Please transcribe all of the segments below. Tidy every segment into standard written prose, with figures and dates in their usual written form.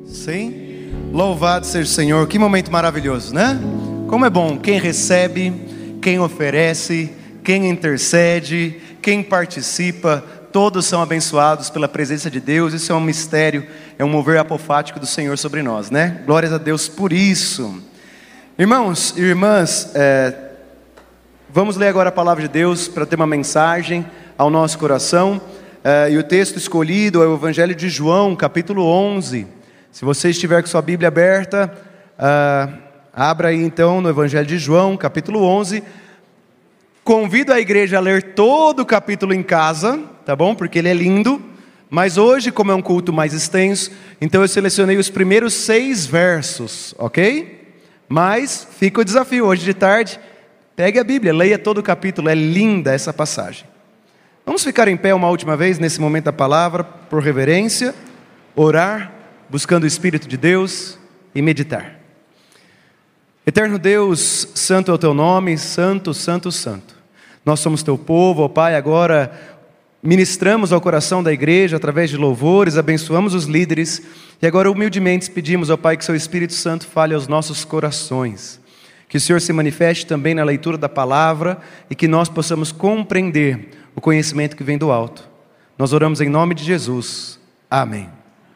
Sim? Louvado seja o Senhor, que momento maravilhoso, né? Como é bom quem recebe, quem oferece, quem intercede, quem participa, todos são abençoados pela presença de Deus. Isso é um mistério, é um mover apofático do Senhor sobre nós, né? Glórias a Deus por isso. Irmãos e irmãs, vamos ler agora a palavra de Deus para ter uma mensagem ao nosso coração. E o texto escolhido é o Evangelho de João, capítulo 11. Se você estiver com sua Bíblia aberta, abra aí então no Evangelho de João, capítulo 11. Convido a igreja a ler todo o capítulo em casa, tá bom? Porque ele é lindo. Mas hoje, como é um culto mais extenso, então eu selecionei os primeiros 6 versos, ok? Mas fica o desafio, hoje de tarde, pegue a Bíblia, leia todo o capítulo, é linda essa passagem. Vamos ficar em pé uma última vez nesse momento da palavra, por reverência, orar, buscando o Espírito de Deus e meditar. Eterno Deus, santo é o teu nome, santo, santo, santo. Nós somos teu povo, ó Pai, agora ministramos ao coração da igreja através de louvores, abençoamos os líderes e agora humildemente pedimos, ó Pai, que seu Espírito Santo fale aos nossos corações. Que o Senhor se manifeste também na leitura da palavra e que nós possamos compreender o conhecimento que vem do alto. Nós oramos em nome de Jesus. Amém.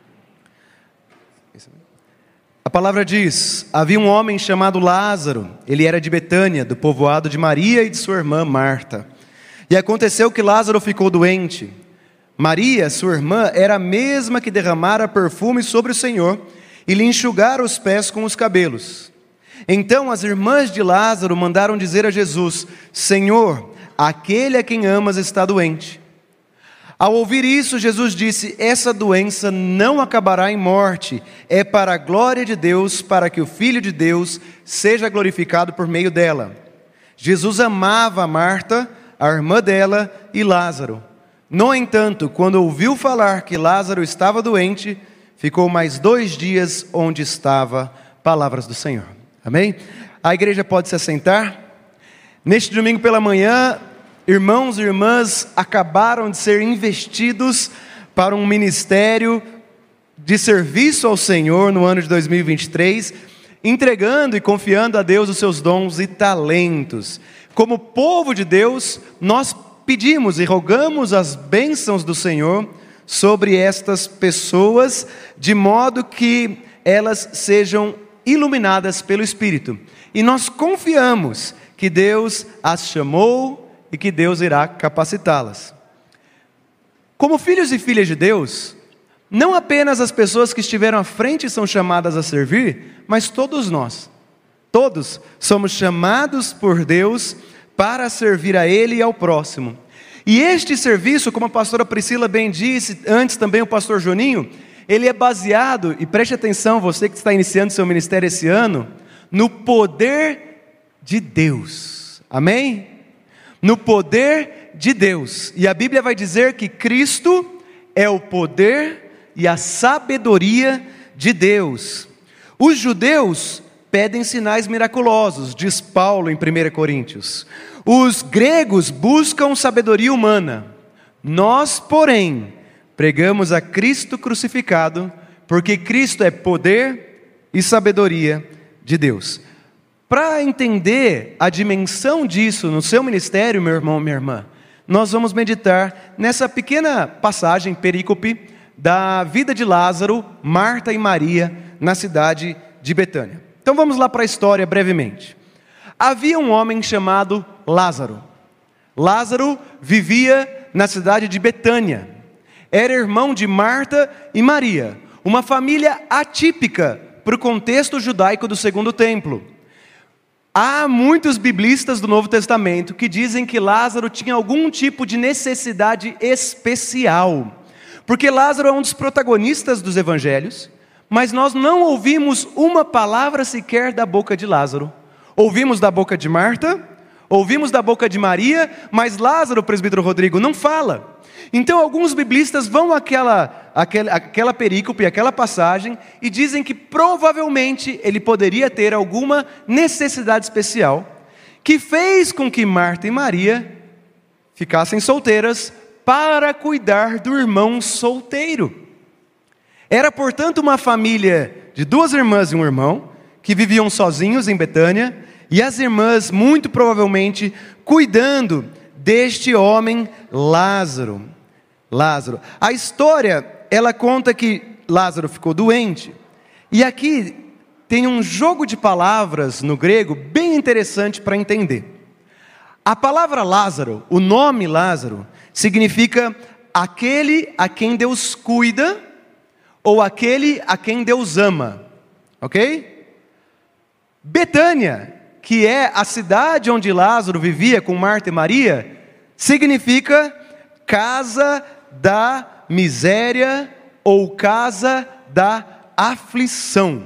A palavra diz: havia um homem chamado Lázaro, ele era de Betânia, do povoado de Maria e de sua irmã Marta. E aconteceu que Lázaro ficou doente. Maria, sua irmã, era a mesma que derramara perfume sobre o Senhor e lhe enxugara os pés com os cabelos. Então as irmãs de Lázaro mandaram dizer a Jesus: Senhor, aquele a quem amas está doente. Ao ouvir isso, Jesus disse: essa doença não acabará em morte, é para a glória de Deus, para que o Filho de Deus seja glorificado por meio dela. Jesus amava a Marta, a irmã dela, e Lázaro. No entanto, quando ouviu falar que Lázaro estava doente, ficou mais 2 dias onde estava. Palavras do Senhor. Amém? A igreja pode se assentar. Neste domingo pela manhã, irmãos e irmãs acabaram de ser investidos para um ministério de serviço ao Senhor no ano de 2023, entregando e confiando a Deus os seus dons e talentos. Como povo de Deus, nós pedimos e rogamos as bênçãos do Senhor sobre estas pessoas, de modo que elas sejam iluminadas pelo Espírito. E nós confiamos que Deus as chamou e que Deus irá capacitá-las. Como filhos e filhas de Deus, não apenas as pessoas que estiveram à frente são chamadas a servir, mas todos nós. Todos somos chamados por Deus para servir a Ele e ao próximo. E este serviço, como a pastora Priscila bem disse, antes também o pastor Joninho, ele é baseado, e preste atenção, você que está iniciando seu ministério esse ano, no poder de Deus. Amém? No poder de Deus. E a Bíblia vai dizer que Cristo é o poder e a sabedoria de Deus. Os judeus pedem sinais miraculosos, diz Paulo em 1 Coríntios. Os gregos buscam sabedoria humana. Nós, porém, pregamos a Cristo crucificado, porque Cristo é poder e sabedoria de Deus. Para entender a dimensão disso no seu ministério, meu irmão, minha irmã, nós vamos meditar nessa pequena passagem, perícope, da vida de Lázaro, Marta e Maria, na cidade de Betânia. Então vamos lá para a história brevemente. Havia um homem chamado Lázaro. Lázaro vivia na cidade de Betânia. Era irmão de Marta e Maria, uma família atípica para o contexto judaico do Segundo Templo. Há muitos biblistas do Novo Testamento que dizem que Lázaro tinha algum tipo de necessidade especial, porque Lázaro é um dos protagonistas dos evangelhos, mas nós não ouvimos uma palavra sequer da boca de Lázaro. Ouvimos da boca de Marta, ouvimos da boca de Maria, mas Lázaro, presbítero Rodrigo, não fala. Então alguns biblistas vão àquela perícope, àquela passagem, e dizem que provavelmente ele poderia ter alguma necessidade especial, que fez com que Marta e Maria ficassem solteiras para cuidar do irmão solteiro. Era, portanto, uma família de 2 irmãs e um irmão, que viviam sozinhos em Betânia, e as irmãs, muito provavelmente, cuidando deste homem Lázaro. A história, ela conta que Lázaro ficou doente. E aqui tem um jogo de palavras no grego bem interessante para entender. A palavra Lázaro, o nome Lázaro, significa aquele a quem Deus cuida ou aquele a quem Deus ama. Ok? Betânia, que é a cidade onde Lázaro vivia com Marta e Maria, significa casa da miséria ou casa da aflição.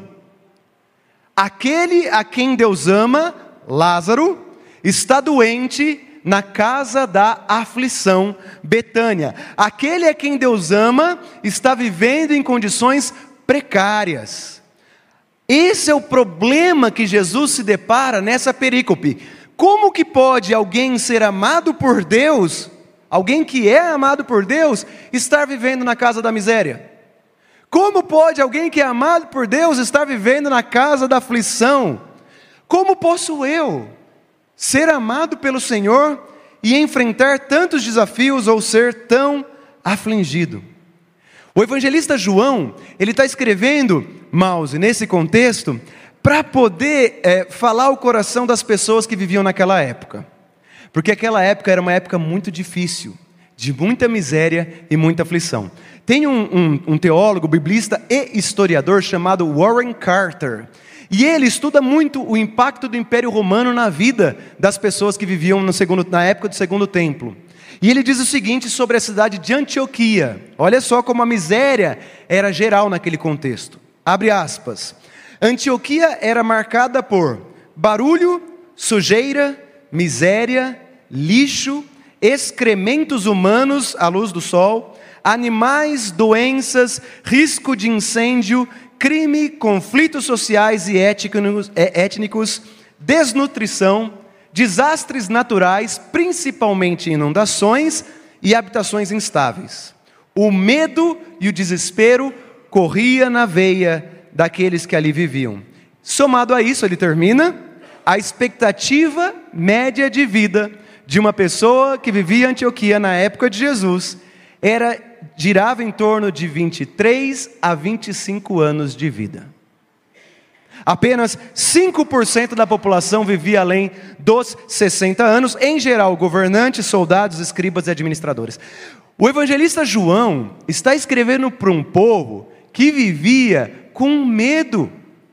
Aquele a quem Deus ama, Lázaro, está doente na casa da aflição, Betânia. Aquele a quem Deus ama está vivendo em condições precárias. Esse é o problema que Jesus se depara nessa perícope. Como que pode alguém ser amado por Deus, alguém que é amado por Deus, estar vivendo na casa da miséria? Como pode alguém que é amado por Deus estar vivendo na casa da aflição? Como posso eu ser amado pelo Senhor e enfrentar tantos desafios ou ser tão afligido? O evangelista João, ele está escrevendo, Mause, nesse contexto, para poder falar o coração das pessoas que viviam naquela época. Porque aquela época era uma época muito difícil, de muita miséria e muita aflição. Tem um teólogo, biblista e historiador chamado Warren Carter. E ele estuda muito o impacto do Império Romano na vida das pessoas que viviam na época do Segundo Templo. E ele diz o seguinte sobre a cidade de Antioquia. Olha só como a miséria era geral naquele contexto. Abre aspas. Antioquia era marcada por barulho, sujeira, miséria, lixo, excrementos humanos à luz do sol, animais, doenças, risco de incêndio, crime, conflitos sociais e étnicos, desnutrição, desastres naturais, principalmente inundações e habitações instáveis. O medo e o desespero corria na veia daqueles que ali viviam. Somado a isso, ele termina, a expectativa média de vida de uma pessoa que vivia em Antioquia na época de Jesus girava em torno de 23 a 25 anos de vida. Apenas 5% da população vivia além dos 60 anos, em geral governantes, soldados, escribas e administradores. O evangelista João está escrevendo para um povo que vivia com medo.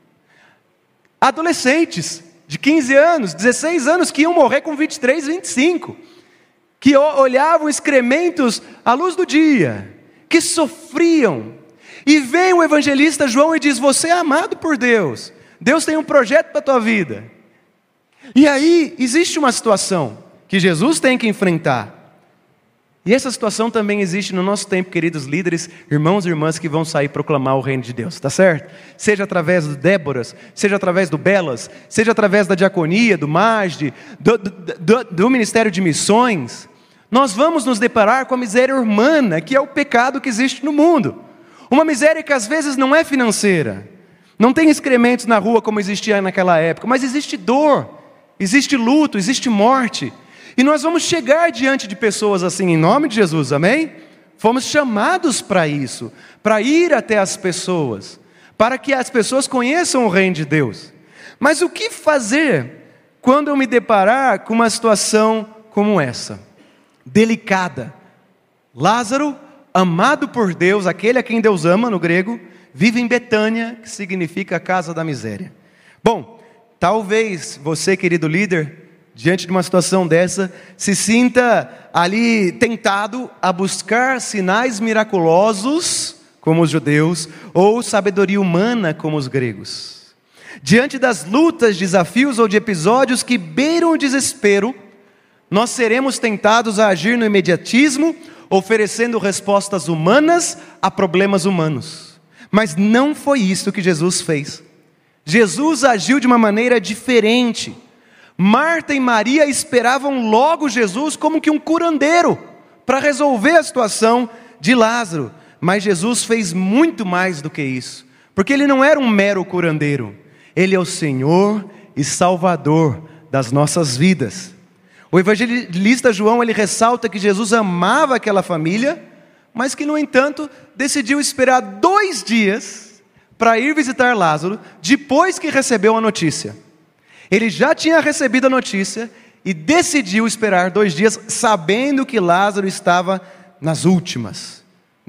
Adolescentes de 15 anos, 16 anos, que iam morrer com 23, 25, que olhavam excrementos à luz do dia, que sofriam. E vem o evangelista João e diz: você é amado por Deus, Deus tem um projeto para a tua vida. E aí existe uma situação que Jesus tem que enfrentar. E essa situação também existe no nosso tempo, queridos líderes, irmãos e irmãs que vão sair proclamar o reino de Deus, tá certo? Seja através do Déboras, seja através do Belas, seja através da diaconia, do Magde, do Ministério de Missões, nós vamos nos deparar com a miséria humana, que é o pecado que existe no mundo. Uma miséria que às vezes não é financeira, não tem excrementos na rua como existia naquela época, mas existe dor, existe luto, existe morte. E nós vamos chegar diante de pessoas assim, em nome de Jesus, amém? Fomos chamados para isso, para ir até as pessoas, para que as pessoas conheçam o reino de Deus. Mas o que fazer quando eu me deparar com uma situação como essa? Delicada. Lázaro, amado por Deus, aquele a quem Deus ama no grego, vive em Betânia, que significa a casa da miséria. Bom, talvez você, querido líder, diante de uma situação dessa, se sinta ali tentado a buscar sinais miraculosos, como os judeus, ou sabedoria humana, como os gregos. Diante das lutas, desafios ou de episódios que beiram o desespero, nós seremos tentados a agir no imediatismo, oferecendo respostas humanas a problemas humanos. Mas não foi isso que Jesus fez. Jesus agiu de uma maneira diferente. Marta e Maria esperavam logo Jesus como que um curandeiro para resolver a situação de Lázaro. Mas Jesus fez muito mais do que isso, porque Ele não era um mero curandeiro, Ele é o Senhor e Salvador das nossas vidas. O evangelista João, ele ressalta que Jesus amava aquela família, mas que, no entanto, decidiu esperar 2 dias para ir visitar Lázaro, depois que recebeu a notícia. Ele já tinha recebido a notícia e decidiu esperar 2 dias, sabendo que Lázaro estava nas últimas.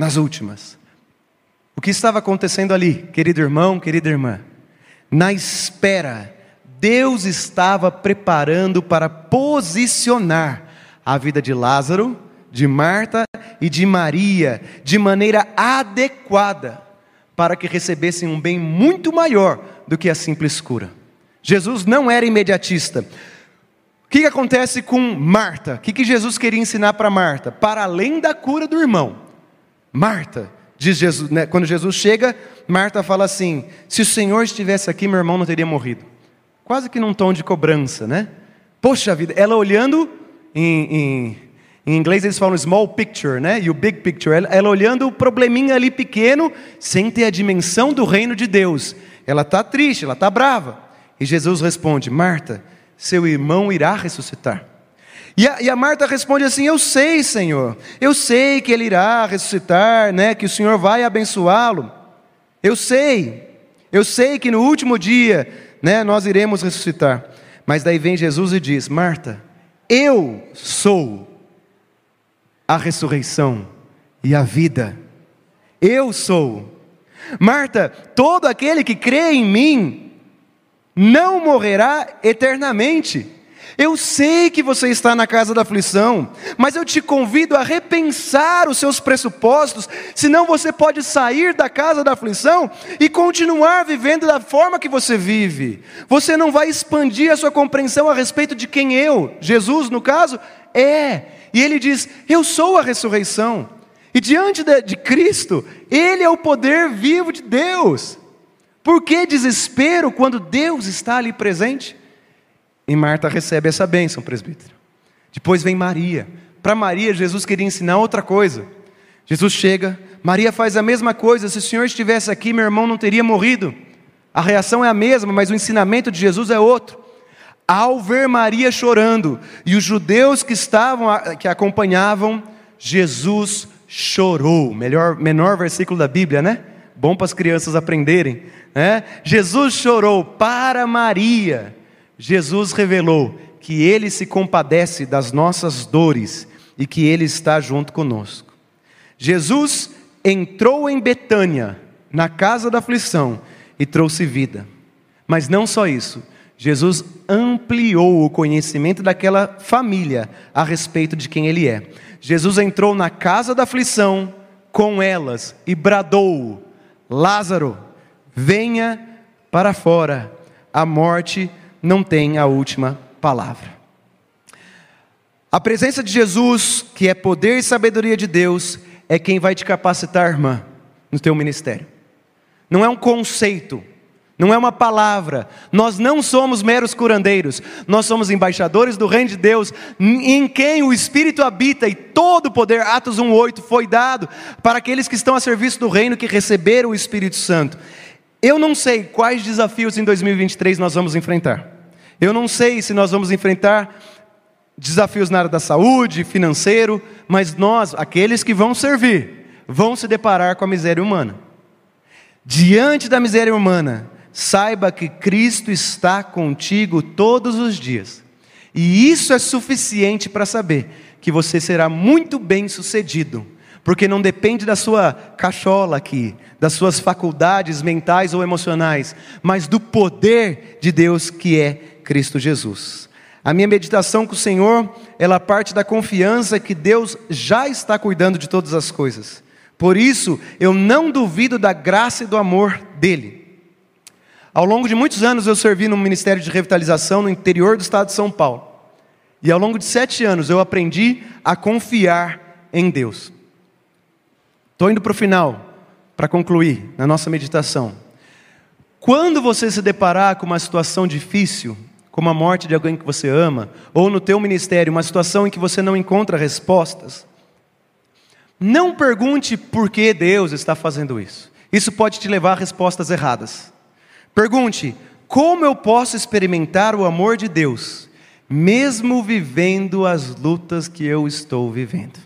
O que estava acontecendo ali, querido irmão, querida irmã? Na espera, Deus estava preparando para posicionar a vida de Lázaro, de Marta e de Maria, de maneira adequada, para que recebessem um bem muito maior do que a simples cura. Jesus não era imediatista. O que acontece com Marta? O que Jesus queria ensinar para Marta? Para além da cura do irmão. Marta, diz Jesus, né? Quando Jesus chega, Marta fala assim: se o Senhor estivesse aqui, meu irmão não teria morrido. Quase que num tom de cobrança, né? Poxa vida, ela olhando, em inglês eles falam small picture, né? E o big picture, ela olhando o probleminha ali pequeno, sem ter a dimensão do reino de Deus. Ela está triste, ela está brava. E Jesus responde: Marta, seu irmão irá ressuscitar. E a Marta responde assim: eu sei, Senhor, eu sei que ele irá ressuscitar, né? Que o Senhor vai abençoá-lo. Eu sei que no último dia, né, nós iremos ressuscitar. Mas daí vem Jesus e diz: Marta, eu sou a ressurreição e a vida. Eu sou. Marta, todo aquele que crê em mim não morrerá eternamente. Eu sei que você está na casa da aflição, mas eu te convido a repensar os seus pressupostos, senão você pode sair da casa da aflição e continuar vivendo da forma que você vive. Você não vai expandir a sua compreensão a respeito de quem Jesus no caso, é. E ele diz: eu sou a ressurreição. E diante de Cristo, Ele é o poder vivo de Deus. Por que desespero quando Deus está ali presente? E Marta recebe essa bênção, presbítero. Depois vem Maria. Para Maria, Jesus queria ensinar outra coisa. Jesus chega, Maria faz a mesma coisa. Se o Senhor estivesse aqui, meu irmão não teria morrido. A reação é a mesma, mas o ensinamento de Jesus é outro. Ao ver Maria chorando, e os judeus que acompanhavam, Jesus chorou. Menor versículo da Bíblia, né? Bom para as crianças aprenderem, né? Jesus chorou. Para Maria, Jesus revelou que Ele se compadece das nossas dores e que Ele está junto conosco. Jesus entrou em Betânia, na casa da aflição, e trouxe vida. Mas não só isso, Jesus ampliou o conhecimento daquela família a respeito de quem Ele é. Jesus entrou na casa da aflição com elas e bradou: Lázaro, venha para fora. A morte não tem a última palavra. A presença de Jesus, que é poder e sabedoria de Deus, é quem vai te capacitar, irmã, no teu ministério. Não é um conceito, não é uma palavra. Nós não somos meros curandeiros. Nós somos embaixadores do reino de Deus, em quem o Espírito habita, e todo o poder, Atos 1:8, foi dado para aqueles que estão a serviço do reino, que receberam o Espírito Santo. Eu não sei quais desafios em 2023 nós vamos enfrentar. Eu não sei se nós vamos enfrentar desafios na área da saúde, financeiro, mas nós, aqueles que vão servir, vão se deparar com a miséria humana. Diante da miséria humana, saiba que Cristo está contigo todos os dias. E isso é suficiente para saber que você será muito bem sucedido. Porque não depende da sua cachola aqui, das suas faculdades mentais ou emocionais, mas do poder de Deus que é Cristo Jesus. A minha meditação com o Senhor, ela parte da confiança que Deus já está cuidando de todas as coisas. Por isso, eu não duvido da graça e do amor dEle. Ao longo de muitos anos eu servi no Ministério de Revitalização no interior do estado de São Paulo. E ao longo de 7 anos eu aprendi a confiar em Deus. Estou indo para o final, para concluir na nossa meditação. Quando você se deparar com uma situação difícil, como a morte de alguém que você ama, ou no teu ministério, uma situação em que você não encontra respostas, Não pergunte por que Deus está fazendo isso. Isso pode te levar a respostas erradas. Pergunte: como eu posso experimentar o amor de Deus, mesmo vivendo as lutas que eu estou vivendo?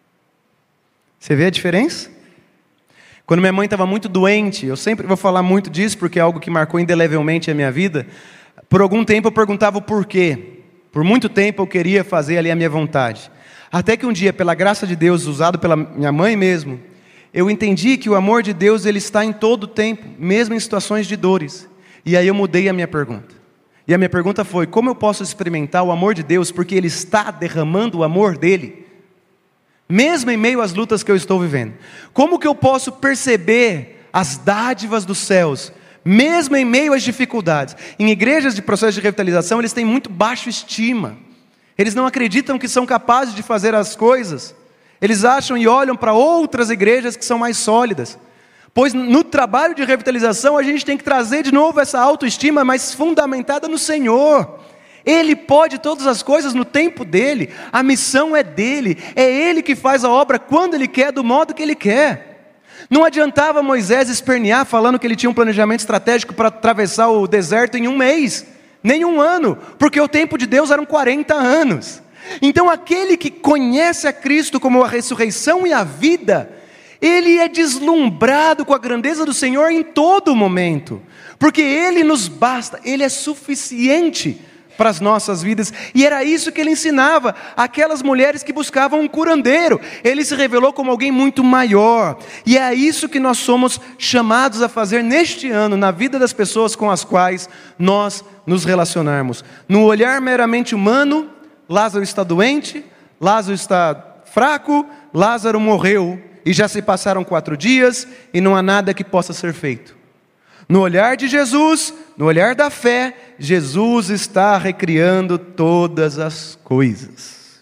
Você vê a diferença? Quando minha mãe estava muito doente, eu sempre vou falar muito disso, porque é algo que marcou indelevelmente a minha vida. Por algum tempo eu perguntava o porquê. Por muito tempo eu queria fazer ali a minha vontade. Até que um dia, pela graça de Deus, usado pela minha mãe mesmo, eu entendi que o amor de Deus ele está em todo o tempo, mesmo em situações de dores. E aí eu mudei a minha pergunta. E a minha pergunta foi: como eu posso experimentar o amor de Deus, porque Ele está derramando o amor dEle, mesmo em meio às lutas que eu estou vivendo? Como que eu posso perceber as dádivas dos céus, mesmo em meio às dificuldades? Em igrejas de processo de revitalização, eles têm muito baixa estima. Eles não acreditam que são capazes de fazer as coisas. Eles acham e olham para outras igrejas que são mais sólidas. Pois no trabalho de revitalização a gente tem que trazer de novo essa autoestima, mas fundamentada no Senhor. Ele pode todas as coisas no tempo dEle. A missão é dEle. É Ele que faz a obra quando Ele quer, do modo que Ele quer. Não adiantava Moisés espernear falando que ele tinha um planejamento estratégico para atravessar o deserto em um mês, nem um ano, porque o tempo de Deus eram 40 anos. Então aquele que conhece a Cristo como a ressurreição e a vida, ele é deslumbrado com a grandeza do Senhor em todo momento, porque Ele nos basta, Ele é suficiente para as nossas vidas. E era isso que Ele ensinava aquelas mulheres que buscavam um curandeiro. Ele se revelou como alguém muito maior, e é isso que nós somos chamados a fazer neste ano, na vida das pessoas com as quais nós nos relacionarmos. No olhar meramente humano, Lázaro está doente, Lázaro está fraco, Lázaro morreu, e já se passaram 4 dias, e não há nada que possa ser feito. No olhar de Jesus, no olhar da fé, Jesus está recriando todas as coisas.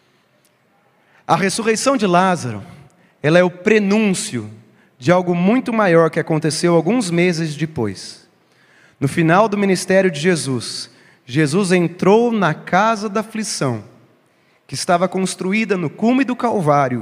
A ressurreição de Lázaro, ela é o prenúncio de algo muito maior que aconteceu alguns meses depois. No final do ministério de Jesus, Jesus entrou na casa da aflição, que estava construída no cume do Calvário.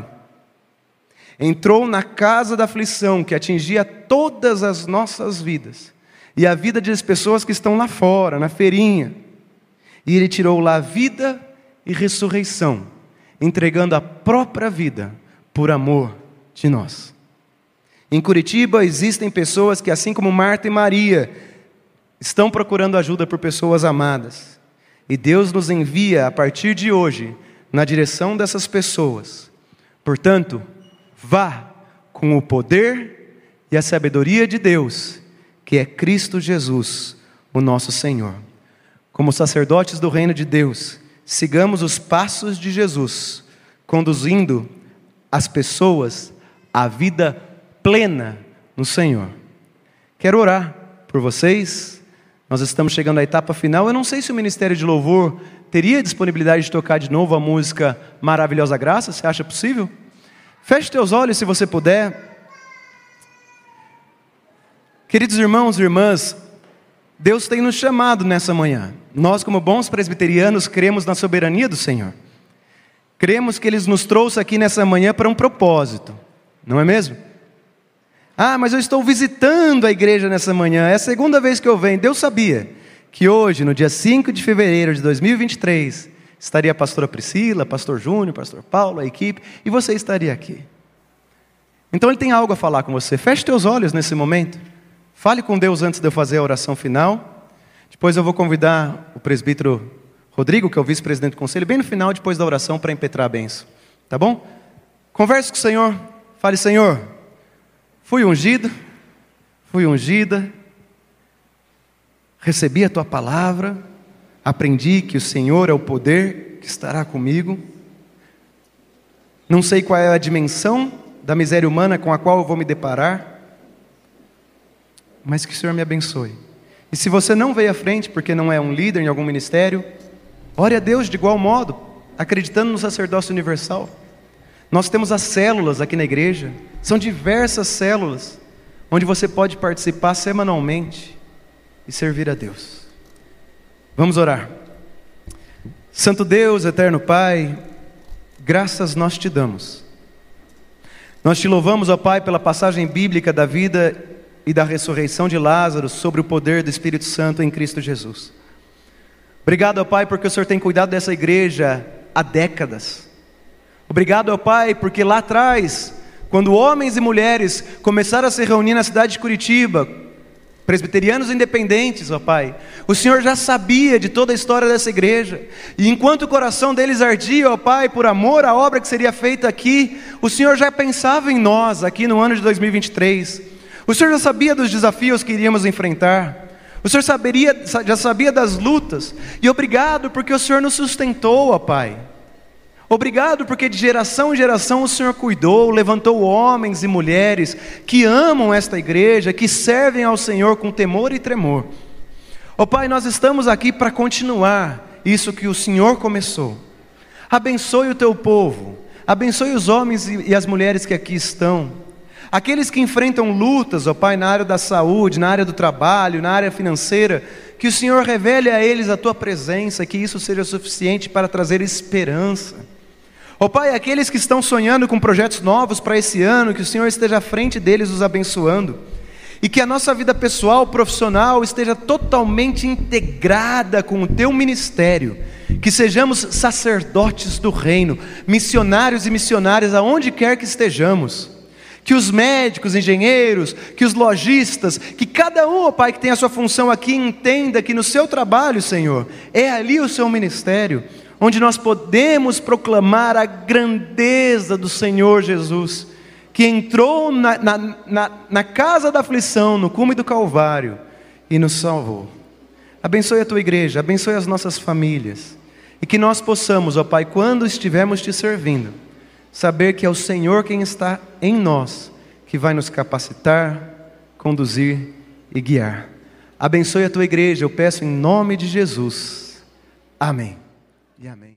Entrou na casa da aflição que atingia todas as nossas vidas, e a vida das pessoas que estão lá fora, na feirinha. E Ele tirou lá vida e ressurreição, entregando a própria vida por amor de nós. Em Curitiba existem pessoas que, assim como Marta e Maria, estão procurando ajuda por pessoas amadas. E Deus nos envia, a partir de hoje, na direção dessas pessoas. Portanto, vá com o poder e a sabedoria de Deus, que é Cristo Jesus, o nosso Senhor. Como sacerdotes do reino de Deus, sigamos os passos de Jesus, conduzindo as pessoas à vida plena no Senhor. Quero orar por vocês. Nós estamos chegando à etapa final. Eu não sei se o Ministério de Louvor teria disponibilidade de tocar de novo a música Maravilhosa Graça. Você acha possível? Feche teus olhos se você puder. Queridos irmãos e irmãs, Deus tem nos chamado nessa manhã. Nós, como bons presbiterianos, cremos na soberania do Senhor. Cremos que Ele nos trouxe aqui nessa manhã para um propósito, não é mesmo? Ah, mas eu estou visitando a igreja nessa manhã, é a segunda vez que eu venho. Deus sabia que hoje, no dia 5 de fevereiro de 2023, estaria a pastora Priscila, pastor Júnior, pastor Paulo, a equipe, e você estaria aqui. Então Ele tem algo a falar com você. Feche teus olhos nesse momento. Fale com Deus antes de eu fazer a oração final. Depois eu vou convidar o presbítero Rodrigo, que é o vice-presidente do conselho, bem no final, depois da oração, para impetrar a bênção. Tá bom? Converse com o Senhor. Fale: Senhor, fui ungido, fui ungida, recebi a Tua palavra, aprendi que o Senhor é o poder que estará comigo. Não sei qual é a dimensão da miséria humana com a qual eu vou me deparar, mas que o Senhor me abençoe. E se você não veio à frente porque não é um líder em algum ministério, ore a Deus de igual modo, acreditando no sacerdócio universal. Nós temos as células aqui na igreja, são diversas células, onde você pode participar semanalmente e servir a Deus. Vamos orar. Santo Deus, eterno Pai, graças nós te damos, Nós te louvamos, ó Pai, pela passagem bíblica da vida e da ressurreição de Lázaro sobre o poder do Espírito Santo em Cristo Jesus. Obrigado, ó Pai, porque o Senhor tem cuidado dessa igreja há décadas. Obrigado, ó Pai, porque lá atrás, quando homens e mulheres começaram a se reunir na cidade de Curitiba, presbiterianos independentes, ó Pai, o Senhor já sabia de toda a história dessa igreja, e enquanto o coração deles ardia, ó Pai, por amor à obra que seria feita aqui, o Senhor já pensava em nós, aqui no ano de 2023, o Senhor já sabia dos desafios que iríamos enfrentar, o Senhor já sabia das lutas, e obrigado porque o Senhor nos sustentou, ó Pai. Obrigado porque de geração em geração o Senhor cuidou, levantou homens e mulheres que amam esta igreja, que servem ao Senhor com temor e tremor. Ó Pai, nós estamos aqui para continuar isso que o Senhor começou. Abençoe o teu povo, abençoe os homens e as mulheres que aqui estão. Aqueles que enfrentam lutas, ó Pai, na área da saúde, na área do trabalho, na área financeira, que o Senhor revele a eles a tua presença, que isso seja suficiente para trazer esperança. Ó Pai, aqueles que estão sonhando com projetos novos para esse ano, que o Senhor esteja à frente deles os abençoando, e que a nossa vida pessoal, profissional, esteja totalmente integrada com o teu ministério, que sejamos sacerdotes do reino, missionários e missionárias aonde quer que estejamos, que os médicos, engenheiros, que os lojistas, que cada um, ó Pai, que tem a sua função aqui, entenda que no seu trabalho, Senhor, é ali o seu ministério, onde nós podemos proclamar a grandeza do Senhor Jesus, que entrou na casa da aflição, no cume do Calvário, e nos salvou. Abençoe a tua igreja, abençoe as nossas famílias, e que nós possamos, ó Pai, quando estivermos te servindo, saber que é o Senhor quem está em nós, que vai nos capacitar, conduzir e guiar. Abençoe a tua igreja, eu peço em nome de Jesus. Amém. E amém.